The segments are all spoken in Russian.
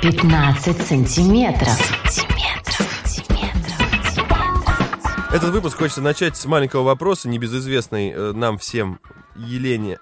15 сантиметров. Этот выпуск хочется начать с маленького вопроса, небезызвестной нам всем Елене.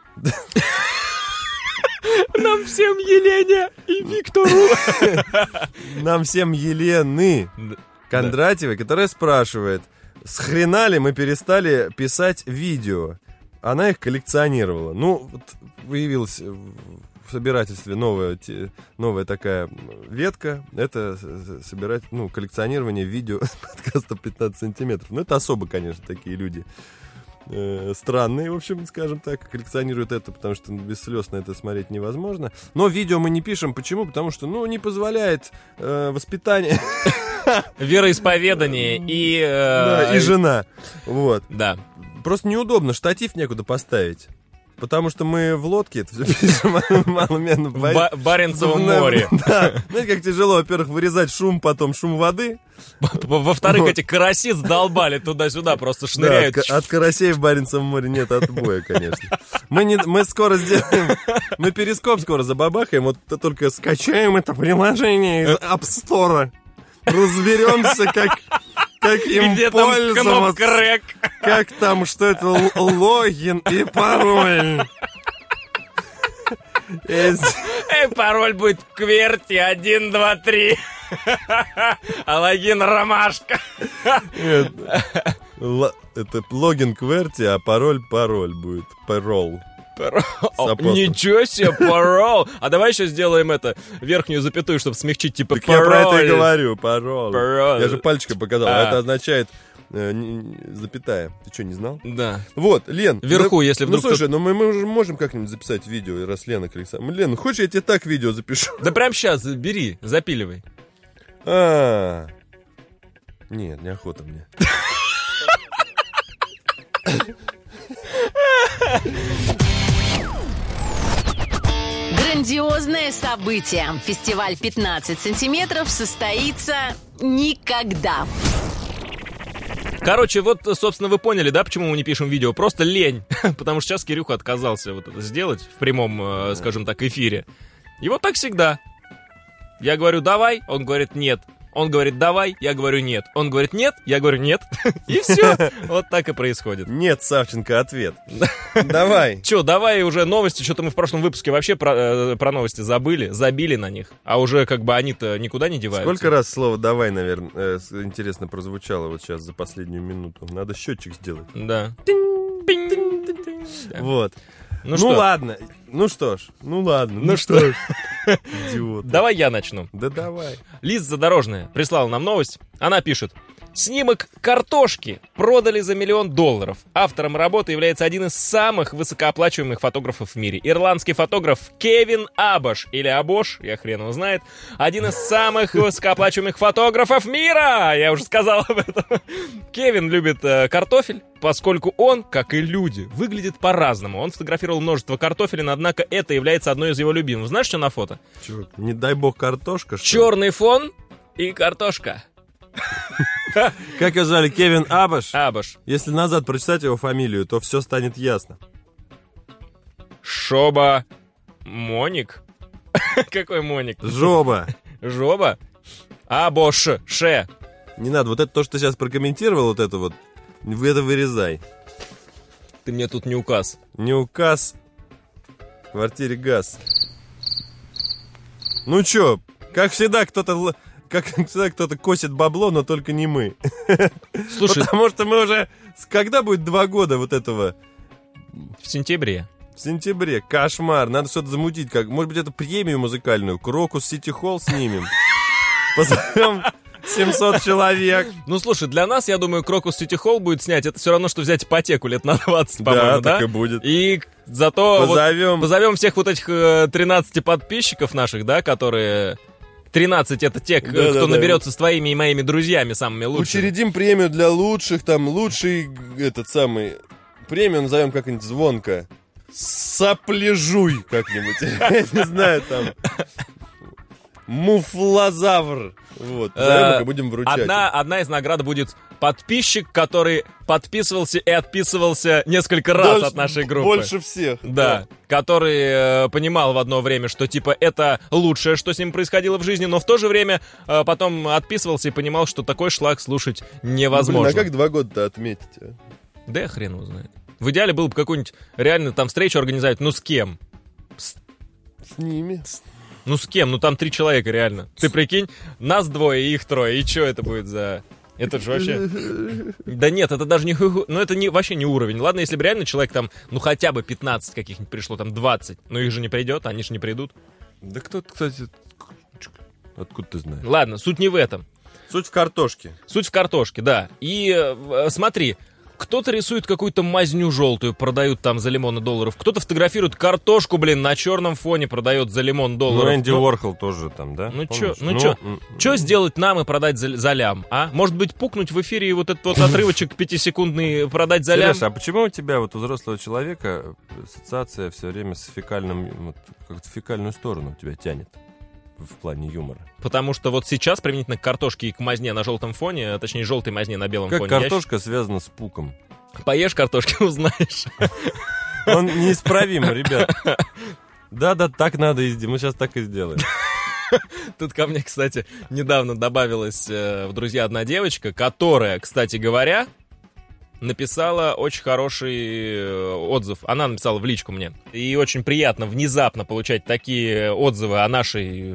Нам всем Елене и Виктору. Нам всем Елены Кондратьевой, которая спрашивает, с хрена ли мы перестали писать видео? Она их коллекционировала. Ну, вот появилась в собирательстве новая такая ветка. Это собирать, коллекционирование видео подкаста 15 сантиметров. Ну, это особо, конечно, такие люди странные, в общем, скажем так, коллекционируют это, потому что без слез на это смотреть невозможно. Но видео мы не пишем. Почему? Потому что, не позволяет воспитание. Вероисповедание и жена. Вот. Да. Просто неудобно, штатив некуда поставить. Потому что мы в лодке это все пишем маломерно. В Баренцевом море. Да. Знаете, как тяжело, во-первых, вырезать шум, потом шум воды. Во-вторых, эти караси сдолбали туда-сюда, просто шныряют. Да, от карасей в Баренцевом море нет отбоя, конечно. Мы скоро сделаем, мы перископ скоро забабахаем, вот только скачаем это приложение из App Store. Разберемся, как им где пользоваться. Там крэк? Как там, что это логин и пароль. Пароль будет кверти 1, 2, 3. А логин ромашка. Это логин кверти, а пароль будет. Парол. Ничего себе, парол. А давай еще сделаем верхнюю запятую, чтобы смягчить, типа так пароль. Я про это и говорю, парол. Я же пальчиком показал, это означает запятая. Ты что, не знал? Да. Вот, Лен. Вверху, если вдруг... слушай, мы уже можем как-нибудь записать видео, раз Лена коллекционирует. Лен, хочешь, я тебе так видео запишу? Да прям сейчас, бери, запиливай. Нет, неохота мне. Грандиозное событие. Фестиваль 15 сантиметров состоится никогда. Короче, вот, собственно, вы поняли, да, почему мы не пишем видео? Просто лень. Потому что сейчас Кирюха отказался вот это сделать в прямом, скажем так, эфире. И вот так всегда. Я говорю, давай, он говорит, нет. Он говорит, давай, я говорю, нет. Он говорит, нет, я говорю, нет. И все. Вот так и происходит. Нет, Савченко, ответ. Давай. Че, давай уже новости. Что-то мы в прошлом выпуске вообще про новости забили на них. А уже как бы они-то никуда не деваются. Сколько раз слово «давай», наверное, интересно прозвучало вот сейчас за последнюю минуту. Надо счетчик сделать. Да. Вот. Ну ладно. Ну что ж. Идиот. Давай я начну. Да давай. Лиза Задорожная прислала нам новость. Она пишет. Снимок картошки продали за $1 миллион. Автором работы является один из самых высокооплачиваемых фотографов в мире. Ирландский фотограф Кевин Абош, или Абош, я хрен его знает. Один из самых высокооплачиваемых фотографов мира! Я уже сказал об этом. Кевин любит картофель, поскольку он, как и люди, выглядит по-разному. Он фотографировал множество картофелин, однако это является одной из его любимых. Знаешь, что на фото? Чё, не дай бог картошка, что ли? Черный фон и картошка. Как его звали? Кевин Абош? Абош. Если назад прочитать его фамилию, то все станет ясно. Шоба Моник? Какой Моник? Жоба. Жоба? Абош. Ше. Не надо, вот это то, что ты сейчас прокомментировал, вот это вырезай. Ты мне тут не указ. Не указ. В квартире газ. Ну чё, как всегда кто-то косит бабло, но только не мы. Слушай, потому что мы уже... Когда будет 2 года вот этого? В сентябре. В сентябре. Кошмар. Надо что-то замутить. Может быть, это премию музыкальную. Крокус Сити Холл снимем. Позовем 700 человек. Ну, слушай, для нас, я думаю, Крокус Сити Холл будет снять. Это все равно, что взять ипотеку лет на 20, по-моему, да? Так и будет. И зато позовем всех вот этих 13 подписчиков наших, да, которые... 13 это те, кто наберется с твоими и моими друзьями самыми лучшими. Учредим премию для лучших, там, лучший, премию назовем как-нибудь звонко. Сопляжуй как-нибудь. Я не знаю, там. Муфлозавр. Вот. Позовем их и будем вручать. Одна из наград будет подписчик, который подписывался и отписывался несколько раз от нашей группы. Больше всех. Да, который понимал в одно время, что типа это лучшее, что с ним происходило в жизни, но в то же время потом отписывался и понимал, что такой шлак слушать невозможно. Блин, а как 2 года-то отметить? А? Да я хрен его знает. В идеале было бы какую-нибудь реально там встречу организовать, ну с кем? С ними. Ну с кем? Ну там 3 человека реально. Ты прикинь, нас 2 и их 3, и что это будет за... Это же вообще... Да нет, это даже не... Ну это вообще не уровень. Ладно, если бы реально человек там, ну хотя бы 15 каких-нибудь пришло, там 20, но их же не придет, они же не придут. Да кто-то, кстати... Откуда ты знаешь? Ладно, суть не в этом. Суть в картошке. Суть в картошке, да. И смотри, кто-то рисует какую-то мазню желтую, продают там за лимоны $. Кто-то фотографирует картошку, блин, на черном фоне продает за лимон $. Ну, Энди Уорхол тоже там, да? Ну чё сделать нам и продать за лям, а? Может быть, пукнуть в эфире и вот этот вот отрывочек 5-секундный продать за лям? Сереж, а почему у тебя вот у взрослого человека ассоциация все время с фекальным, вот, как-то в фекальную сторону тебя тянет в плане юмора? Потому что вот сейчас, применительно к картошке и к мазне на желтом фоне, точнее, желтой мазне на белом фоне. Как картошка связана с пуком? Поешь картошки, узнаешь. Он неисправимый, ребят. Да, так надо и мы сейчас так и сделаем. Тут ко мне, кстати, недавно добавилась в друзья одна девочка, которая, кстати говоря, написала очень хороший отзыв. Она написала в личку мне. И очень приятно внезапно получать такие отзывы о нашей,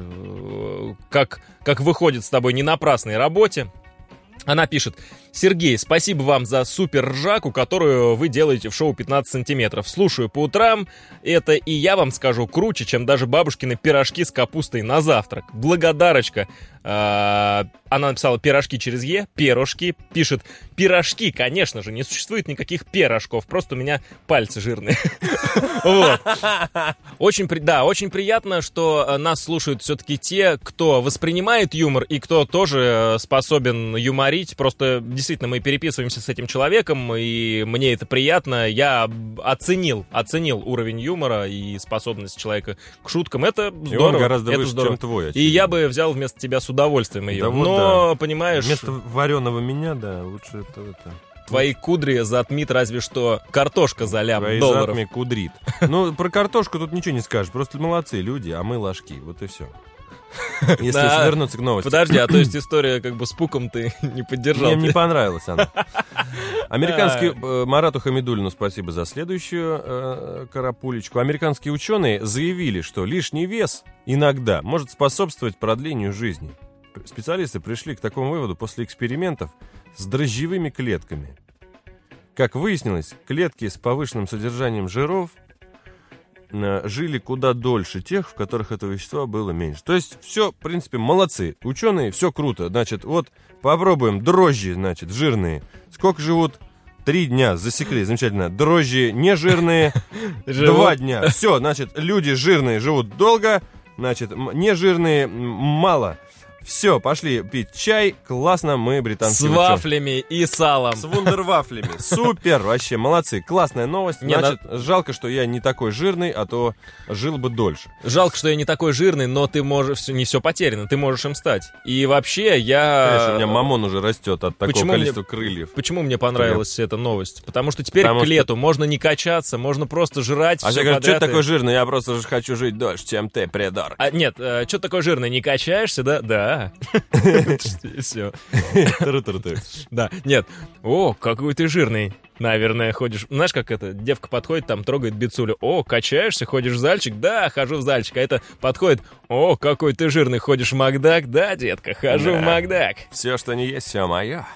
как выходит с тобой, не напрасной работе. Она пишет: Сергей, спасибо вам за супер ржаку, которую вы делаете в шоу 15 сантиметров. Слушаю по утрам. Это, и я вам скажу, круче, чем даже бабушкины пирожки с капустой на завтрак. Благодарочка. Она написала пирожки через Е, пирожки. Пишет: пирожки, конечно же, не существует никаких пирожков. Просто у меня пальцы жирные. Вот. Очень приятно, что нас слушают все-таки те, кто воспринимает юмор и кто тоже способен юморить. Просто действительно мы переписываемся с этим человеком, и мне это приятно. Я оценил уровень юмора и способность человека к шуткам. Это здорово. И он гораздо выше, чем твой. И я бы взял вместо тебя с удовольствием ее. Да вот но, да. Понимаешь... Вместо вареного меня, да, лучше это... Твои кудри затмит разве что картошка за лям $. Твои кудрит. Ну, про картошку тут ничего не скажешь. Просто молодцы люди, а мы ложки. Вот и все. Если уж вернуться к новости. Подожди, а то есть история как бы с пуком ты не поддержал? Мне не понравилась она. Американский... Марату Хамидуллину спасибо за следующую карапулечку. Американские ученые заявили, что лишний вес иногда может способствовать продлению жизни. Специалисты пришли к такому выводу после экспериментов с дрожжевыми клетками. Как выяснилось, клетки с повышенным содержанием жиров жили куда дольше тех, в которых этого вещества было меньше. То есть все, в принципе, молодцы. Ученые, все круто. Значит, вот попробуем дрожжи, значит, жирные. Сколько живут? 3 дня. Засекли. Замечательно. Дрожжи нежирные. 2 дня. Все, значит, люди жирные живут долго. Значит, нежирные мало. Все, пошли пить чай. Классно, мы британские. С вафлями и салом. С вундервафлями. Супер, вообще, молодцы. Классная новость. Значит, жалко, что я не такой жирный, а то жил бы дольше. Жалко, что я не такой жирный, но ты можешь... Не все потеряно, ты можешь им стать. И вообще, я... Конечно, у меня мамон уже растет от такого количества крыльев. Почему мне понравилась эта новость? Потому что теперь к лету можно не качаться, можно просто жрать все подряд. А я говорю, что ты такой жирный? Я просто хочу жить дольше, чем ты, придурок. Нет, что такой жирный? Не качаешься, да? Да. Все. Да, нет. О, какой ты жирный. Наверное, ходишь... Знаешь, как это? Девка подходит, там трогает бицулю. О, качаешься, ходишь в зальчик? Да, хожу в зальчик. А это подходит. О, какой ты жирный, ходишь в Макдак? Да, детка, хожу в Макдак. Все, что не есть, все мое.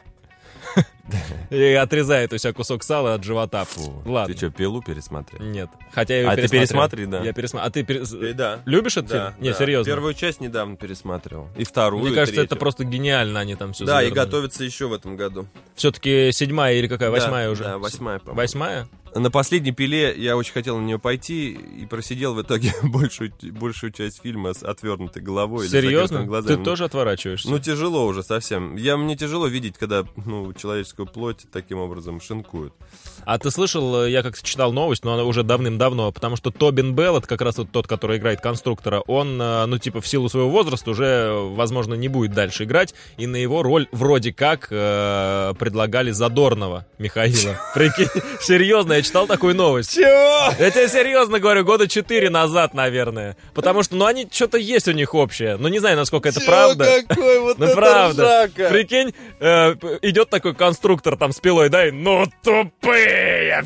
И отрезает у себя кусок сала от живота. Фу, ладно. Ты что, пилу пересмотрел? Нет. Хотя я ее ты пересмотри, да. Я пересмотрел. А ты да. Любишь это? Да, Не, серьезно. Первую часть недавно пересматривал. И вторую, Мне кажется, третью. это просто гениально, они там все Да, и готовятся еще в этом году. Все-таки 7-я или какая? 8-я уже? Да, 8-я, по-моему. 8-я? На последней пиле я очень хотел на нее пойти и просидел в итоге большую часть фильма с отвернутой головой. Серьезно? Глазами. Ты тоже отворачиваешься? Ну, тяжело уже совсем. Мне тяжело видеть, когда человеческую плоть таким образом шинкуют. А ты слышал, я как-то читал новость, но она уже давным-давно, потому что Тобин Белл, это как раз вот тот, который играет конструктора, он, в силу своего возраста уже, возможно, не будет дальше играть, и на его роль вроде как предлагали Задорнова Михаила. Прикинь, серьезно, я читал такую новость. Чего? Я тебе серьезно говорю, 4 года назад, наверное. Потому что, они что-то есть у них общее. Не знаю, насколько это правда. Какой вот это правда. ржака. Прикинь, идет такой конструктор там с пилой, да, и тупые.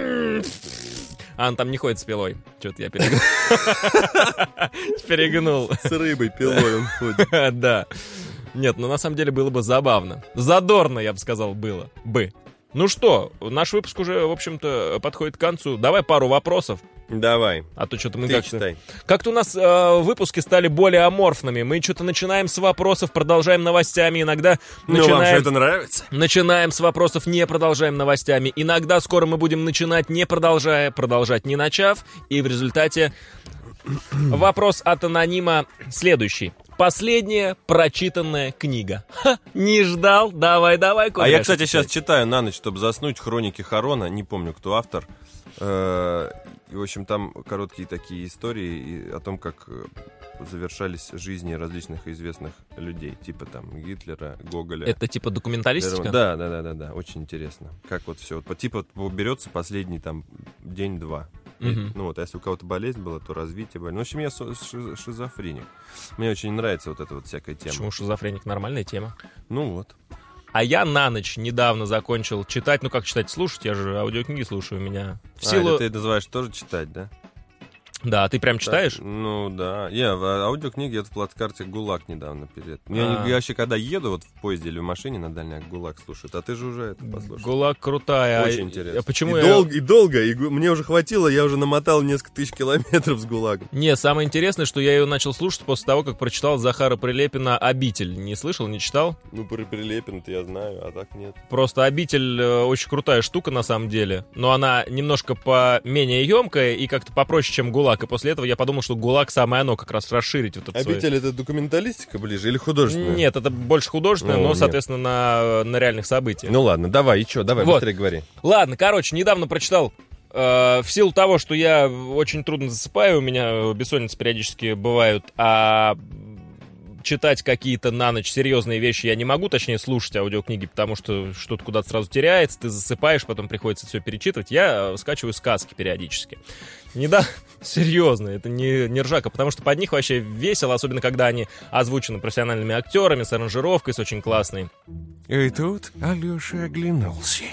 А он там не ходит с пилой. Что-то я перегнул. С рыбой пилой он ходит. Да. Нет, на самом деле было бы забавно. Задорно, я бы сказал, было бы. Ну что, наш выпуск уже, в общем-то, подходит к концу. Давай пару вопросов. Давай. А то что-то мы Ты читай. Как-то у нас выпуски стали более аморфными. Мы что-то начинаем с вопросов, продолжаем новостями. Иногда Вам все это нравится? начинаем с вопросов, не продолжаем новостями. Иногда скоро мы будем начинать, не продолжая, продолжать не начав. И в результате вопрос от анонима следующий. Последняя прочитанная книга. Не ждал? Давай, А я, кстати, сейчас читаю на ночь, чтобы заснуть, «Хроники Харона». Не помню, кто автор. И, в общем, там короткие такие истории о том, как завершались жизни различных известных людей. Типа там Гитлера, Гоголя. Это типа документалистика? Да. Очень интересно. Как вот все. Типа берется последний там день-два. Угу. Если у кого-то болезнь была, то развитие болезни. В общем, я шизофреник. Мне очень нравится вот эта вот всякая тема. Почему шизофреник? Нормальная тема. А я на ночь недавно закончил читать. Как читать? Слушать? Я же аудиокниги слушаю у меня. Это ты называешь тоже читать, да? Да, ты прям читаешь? Да. Я в аудиокниге, это в плацкарте «ГУЛАГ» недавно перед. Я вообще, когда еду вот в поезде или в машине на дальняк, «ГУЛАГ» слушают. А ты же уже это послушал. «ГУЛАГ» крутая. Очень интересно. Почему долго. И мне уже хватило, я уже намотал несколько тысяч километров с «ГУЛАГом». Не, самое интересное, что я ее начал слушать после того, как прочитал Захара Прилепина «Обитель». Не слышал, не читал? Про Прилепина-то я знаю, а так нет. Просто «Обитель» очень крутая штука на самом деле. Но она немножко поменее емкая и как-то попроще, чем «ГУЛАГ». И после этого я подумал, что «ГУЛАГ» самое оно, как раз расширить вот это «Обитель» это документалистика ближе или художественная? Нет, это больше художественное, но, соответственно, на реальных событиях. Ну ладно, давай, быстрее говори. Ладно, недавно прочитал, в силу того, что я очень трудно засыпаю, у меня бессонницы периодически бывают, а читать какие-то на ночь серьезные вещи я не могу, точнее слушать аудиокниги, потому что что-то куда-то сразу теряется, ты засыпаешь, потом приходится все перечитывать. Я скачиваю сказки периодически. Серьезно, это не ржака, потому что под них вообще весело, особенно когда они озвучены профессиональными актерами, с аранжировкой, с очень классной. И тут Алеша оглянулся.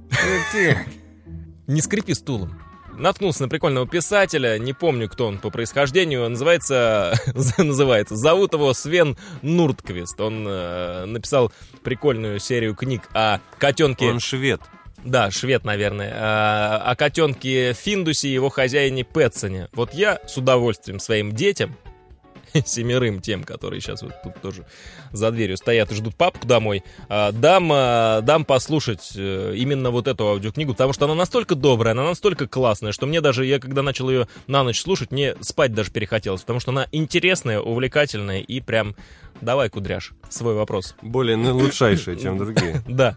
Не скрипи стулом. Наткнулся на прикольного писателя, не помню, кто он по происхождению, называется, зовут его Свен Нурдквист. Он написал прикольную серию книг о котенке... Он швед. Да, швед, наверное. О котенке Финдусе и его хозяине Петсоне. Вот я с удовольствием своим детям, 7 тем, которые сейчас вот тут тоже за дверью стоят и ждут папку домой, дам послушать именно вот эту аудиокнигу, потому что она настолько добрая, она настолько классная, что мне даже, я когда начал ее на ночь слушать, мне спать даже перехотелось, потому что она интересная, увлекательная и прям, давай, Кудряш, свой вопрос. Более лучшайшая, чем другие. Да.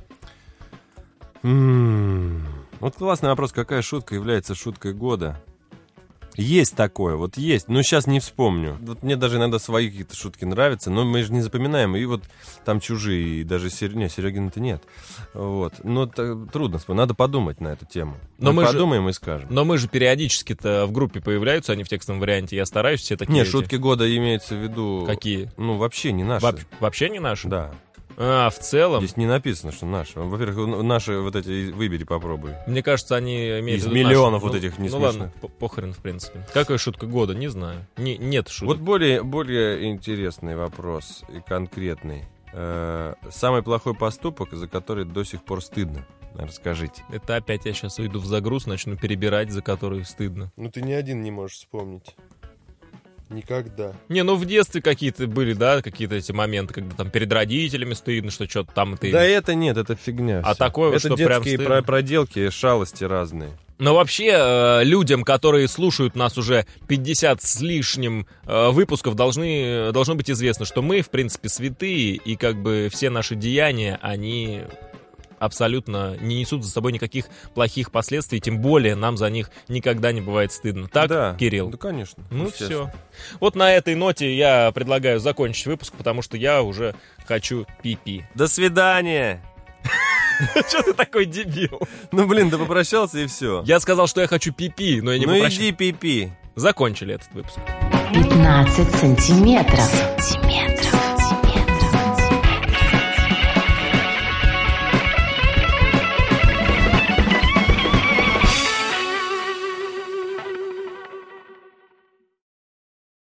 Вот классный вопрос, какая шутка является шуткой года? Есть такое, вот есть, но сейчас не вспомню. Вот мне даже иногда свои какие-то шутки нравятся, но мы же не запоминаем, и вот там чужие, и даже Серегина-то нет. Вот, но трудно вспомнить, надо подумать на эту тему. Но мы подумаем и скажем. Но мы же периодически-то в группе появляются, они в текстовом варианте, я стараюсь все такие... Нет, шутки года имеется в виду... Какие? Вообще не наши. Вообще не наши? Да. В целом? Здесь не написано, что наши. Во-первых, наши вот эти выбери, попробуй. Мне кажется, они имеют из миллионов вот этих несмешных. Ну ладно, похрен, в принципе. Какая шутка года? Не знаю. Нет шуток. Вот более интересный вопрос и конкретный. Самый плохой поступок, за который до сих пор стыдно. Расскажите. Это опять я сейчас уйду в загруз, начну перебирать, за который стыдно. Ты ни один не можешь вспомнить. Никогда. Не, ну в детстве какие-то были, да, какие-то эти моменты, когда там перед родителями стыдно, что что-то там ты... Да это нет, это фигня. А всё. такое, это что прям детские стыдно? проделки, шалости разные. Но вообще людям, которые слушают нас уже 50 с лишним выпусков, должно быть известно, что мы, в принципе, святые, и как бы все наши деяния, они абсолютно не несут за собой никаких плохих последствий, тем более нам за них никогда не бывает стыдно. Так, да, Кирилл? Да, конечно. Ну все. Вот на этой ноте я предлагаю закончить выпуск, потому что я уже хочу пи-пи. До свидания! Что ты такой дебил? Ну, блин, ты попрощался и все. Я сказал, что я хочу пи-пи, но я не попрощался. Ну, иди пи-пи. Закончили этот выпуск. 15 сантиметров.